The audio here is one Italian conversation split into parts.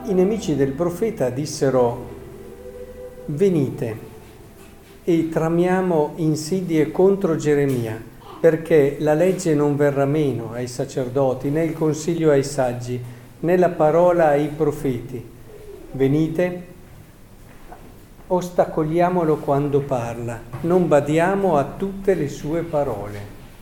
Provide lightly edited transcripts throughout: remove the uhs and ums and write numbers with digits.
I nemici del profeta dissero: venite e tramiamo insidie contro Geremia, perché la legge non verrà meno ai sacerdoti, né il consiglio ai saggi, né la parola ai profeti. Venite, ostacoliamolo quando parla, non badiamo a tutte le sue parole.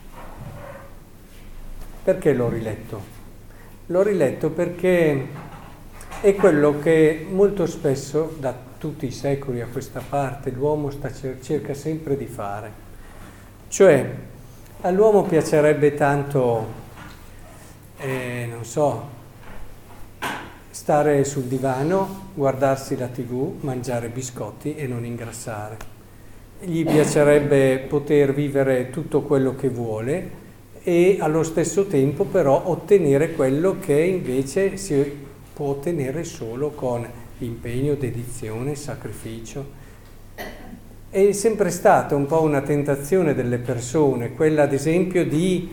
Perché l'ho riletto? L'ho riletto perché è quello che molto spesso, da tutti i secoli a questa parte, l'uomo cerca sempre di fare. Cioè, all'uomo piacerebbe tanto, non so, stare sul divano, guardarsi la TV, mangiare biscotti e non ingrassare. Gli piacerebbe poter vivere tutto quello che vuole e allo stesso tempo però ottenere quello che invece si può ottenere solo con impegno, dedizione, sacrificio. È sempre stata un po' una tentazione delle persone, quella ad esempio di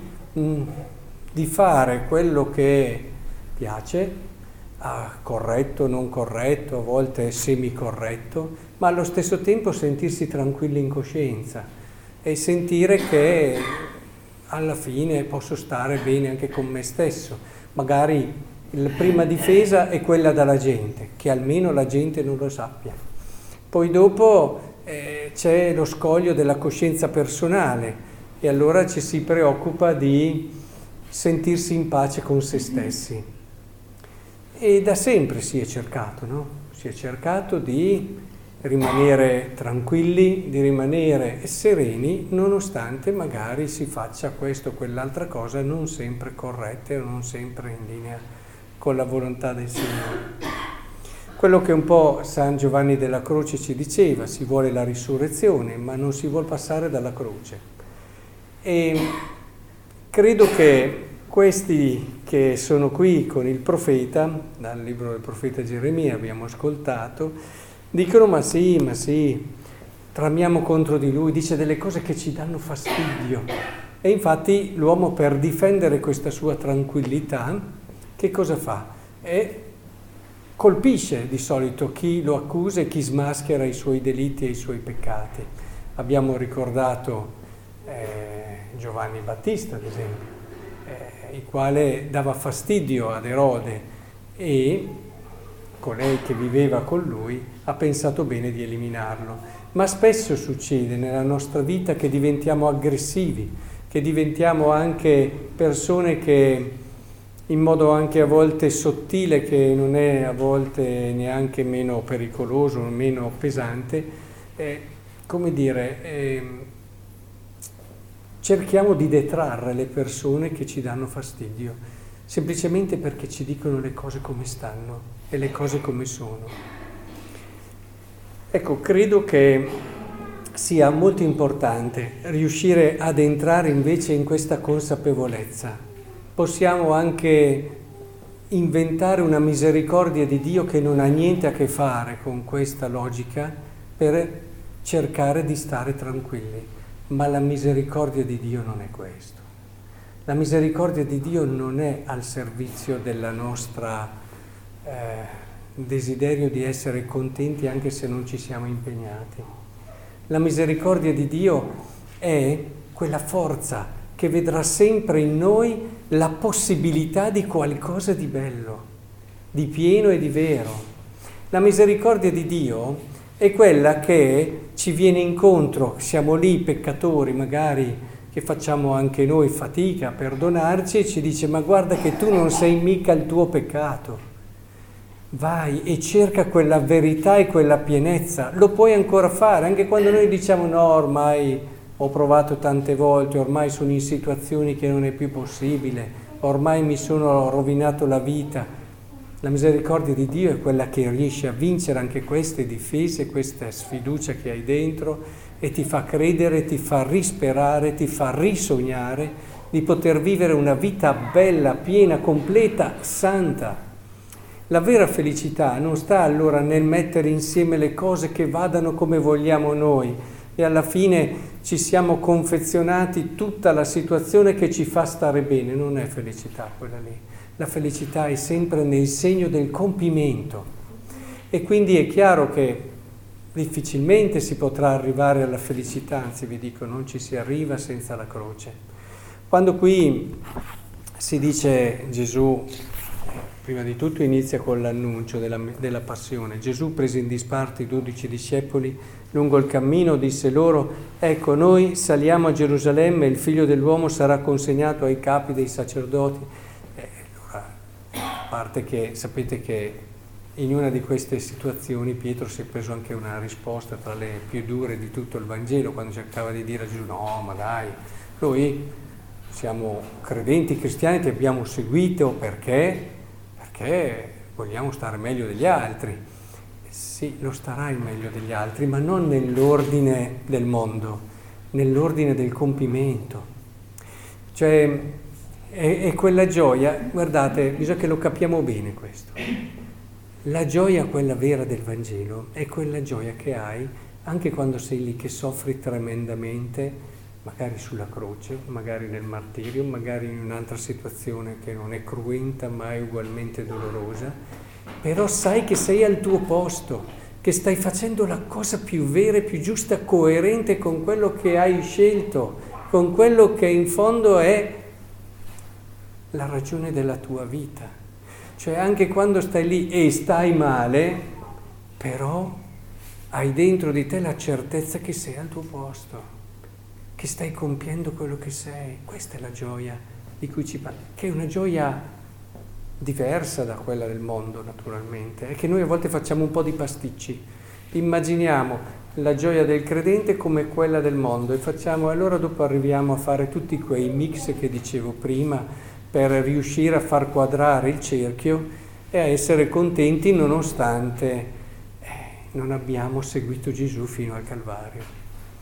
fare quello che piace, corretto, non corretto, a volte semicorretto, ma allo stesso tempo sentirsi tranquilli in coscienza e sentire che alla fine posso stare bene anche con me stesso. Magari la prima difesa è quella dalla gente, che almeno la gente non lo sappia. Poi dopo c'è lo scoglio della coscienza personale e allora ci si preoccupa di sentirsi in pace con se stessi. E da sempre si è cercato, no? Si è cercato di rimanere tranquilli, di rimanere sereni, nonostante magari si faccia questo o quell'altra cosa non sempre corretta e non sempre in linea con la volontà del Signore. Quello che un po' San Giovanni della Croce ci diceva: si vuole la risurrezione, ma non si vuol passare dalla croce. E credo che questi che sono qui con il profeta, dal libro del profeta Geremia abbiamo ascoltato, dicono ma sì, tramiamo contro di lui, dice delle cose che ci danno fastidio. E infatti l'uomo, per difendere questa sua tranquillità, che cosa fa? Colpisce di solito chi lo accusa e chi smaschera i suoi delitti e i suoi peccati. Abbiamo ricordato Giovanni Battista, ad esempio, il quale dava fastidio ad Erode e colei che viveva con lui ha pensato bene di eliminarlo. Ma spesso succede nella nostra vita che diventiamo aggressivi, che diventiamo anche persone che in modo anche a volte sottile, che non è a volte neanche meno pericoloso, meno pesante, cerchiamo di detrarre le persone che ci danno fastidio, semplicemente perché ci dicono le cose come stanno e le cose come sono. Ecco, credo che sia molto importante riuscire ad entrare invece in questa consapevolezza. Possiamo anche inventare una misericordia di Dio che non ha niente a che fare con questa logica per cercare di stare tranquilli, ma la misericordia di Dio non è questo. La misericordia di Dio non è al servizio della nostra desiderio di essere contenti anche se non ci siamo impegnati. La misericordia di Dio è quella forza che vedrà sempre in noi la possibilità di qualcosa di bello, di pieno e di vero. La misericordia di Dio è quella che ci viene incontro, siamo lì peccatori, magari che facciamo anche noi fatica a perdonarci, e ci dice: ma guarda che tu non sei mica il tuo peccato, vai e cerca quella verità e quella pienezza. Lo puoi ancora fare, anche quando noi diciamo no, ormai ho provato tante volte, ormai sono in situazioni che non è più possibile, ormai mi sono rovinato la vita. La misericordia di Dio è quella che riesce a vincere anche queste difese, questa sfiducia che hai dentro, e ti fa credere, ti fa risperare, ti fa risognare di poter vivere una vita bella, piena, completa, santa. La vera felicità non sta allora nel mettere insieme le cose che vadano come vogliamo noi e alla fine ci siamo confezionati tutta la situazione che ci fa stare bene. Non è felicità quella lì. La felicità è sempre nel segno del compimento e quindi è chiaro che difficilmente si potrà arrivare alla felicità, anzi vi dico, non ci si arriva senza la croce. Quando qui si dice Gesù, prima di tutto inizia con l'annuncio della passione. Gesù prese in disparte i 12 discepoli, lungo il cammino disse loro: ecco, noi saliamo a Gerusalemme e il Figlio dell'uomo sarà consegnato ai capi dei sacerdoti. Allora, a parte che sapete che in una di queste situazioni Pietro si è preso anche una risposta tra le più dure di tutto il Vangelo, quando cercava di dire a Gesù: no, ma dai, noi siamo credenti cristiani, ti abbiamo seguito perché vogliamo stare meglio degli altri. Sì, lo starai meglio degli altri, ma non nell'ordine del mondo, nell'ordine del compimento. Cioè, è quella gioia, guardate, bisogna che lo capiamo bene questo. La gioia, quella vera del Vangelo, è quella gioia che hai anche quando sei lì che soffri tremendamente, magari sulla croce, magari nel martirio, magari in un'altra situazione che non è cruenta ma è ugualmente dolorosa, però sai che sei al tuo posto, che stai facendo la cosa più vera e più giusta, coerente con quello che hai scelto, con quello che in fondo è la ragione della tua vita. Cioè anche quando stai lì e stai male, però hai dentro di te la certezza che sei al tuo posto, che stai compiendo quello che sei. Questa è la gioia di cui ci parla, che è una gioia diversa da quella del mondo, naturalmente. È che noi a volte facciamo un po' di pasticci, immaginiamo la gioia del credente come quella del mondo e allora dopo arriviamo a fare tutti quei mix che dicevo prima per riuscire a far quadrare il cerchio e a essere contenti nonostante non abbiamo seguito Gesù fino al Calvario.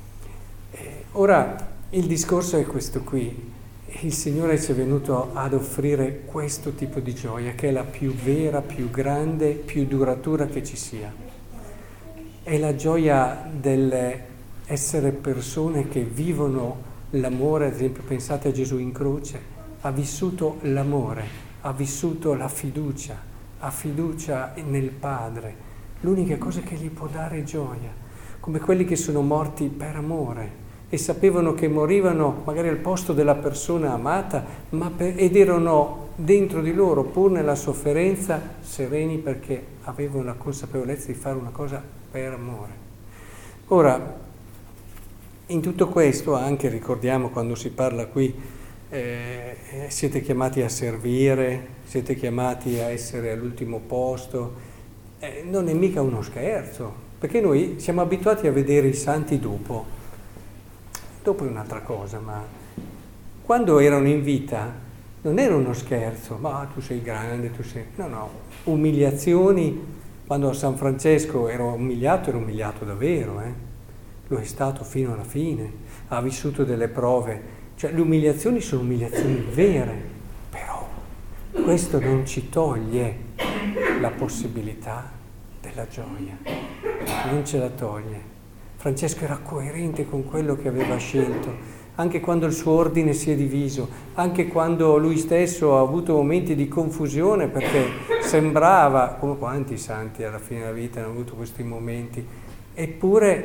Ora il discorso è questo qui, il Signore ci è venuto ad offrire questo tipo di gioia che è la più vera, più grande, più duratura che ci sia. È la gioia dell'essere persone che vivono l'amore, ad esempio pensate a Gesù in croce, ha vissuto l'amore, ha vissuto la fiducia, ha fiducia nel Padre, l'unica cosa che gli può dare è gioia, come quelli che sono morti per amore. E sapevano che morivano magari al posto della persona amata, ed erano dentro di loro, pur nella sofferenza, sereni perché avevano la consapevolezza di fare una cosa per amore. Ora, in tutto questo anche ricordiamo quando si parla qui, siete chiamati a servire, siete chiamati a essere all'ultimo posto, non è mica uno scherzo, perché noi siamo abituati a vedere i santi dopo è un'altra cosa, ma quando erano in vita non era uno scherzo, ma tu sei grande, tu sei... No, umiliazioni, quando a San Francesco era umiliato davvero, lo è stato fino alla fine, ha vissuto delle prove, cioè le umiliazioni sono umiliazioni vere, però questo non ci toglie la possibilità della gioia, non ce la toglie. Francesco era coerente con quello che aveva scelto, anche quando il suo ordine si è diviso, anche quando lui stesso ha avuto momenti di confusione perché sembrava, come quanti santi alla fine della vita hanno avuto questi momenti, eppure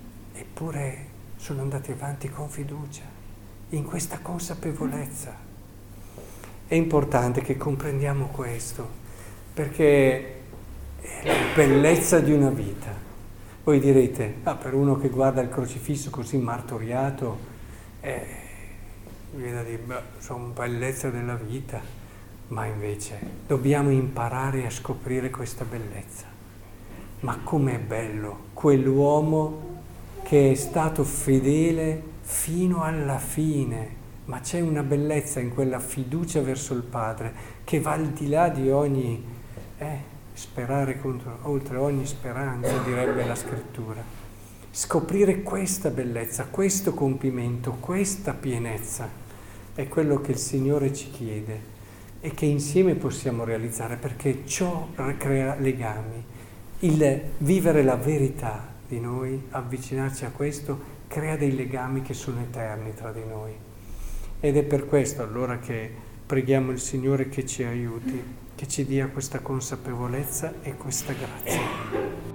sono andati avanti con fiducia, in questa consapevolezza. È importante che comprendiamo questo, perché è la bellezza di una vita. Voi direte, per uno che guarda il crocifisso così martoriato, viene da dire, sono bellezza della vita, ma invece dobbiamo imparare a scoprire questa bellezza. Ma com'è bello quell'uomo che è stato fedele fino alla fine, ma c'è una bellezza in quella fiducia verso il Padre che va al di là di ogni... sperare oltre ogni speranza, direbbe la Scrittura. Scoprire questa bellezza, questo compimento, questa pienezza è quello che il Signore ci chiede e che insieme possiamo realizzare, perché ciò crea legami. Il vivere la verità di noi, avvicinarci a questo, crea dei legami che sono eterni tra di noi. Ed è per questo allora che Preghiamo il Signore che ci aiuti, che ci dia questa consapevolezza e questa grazia.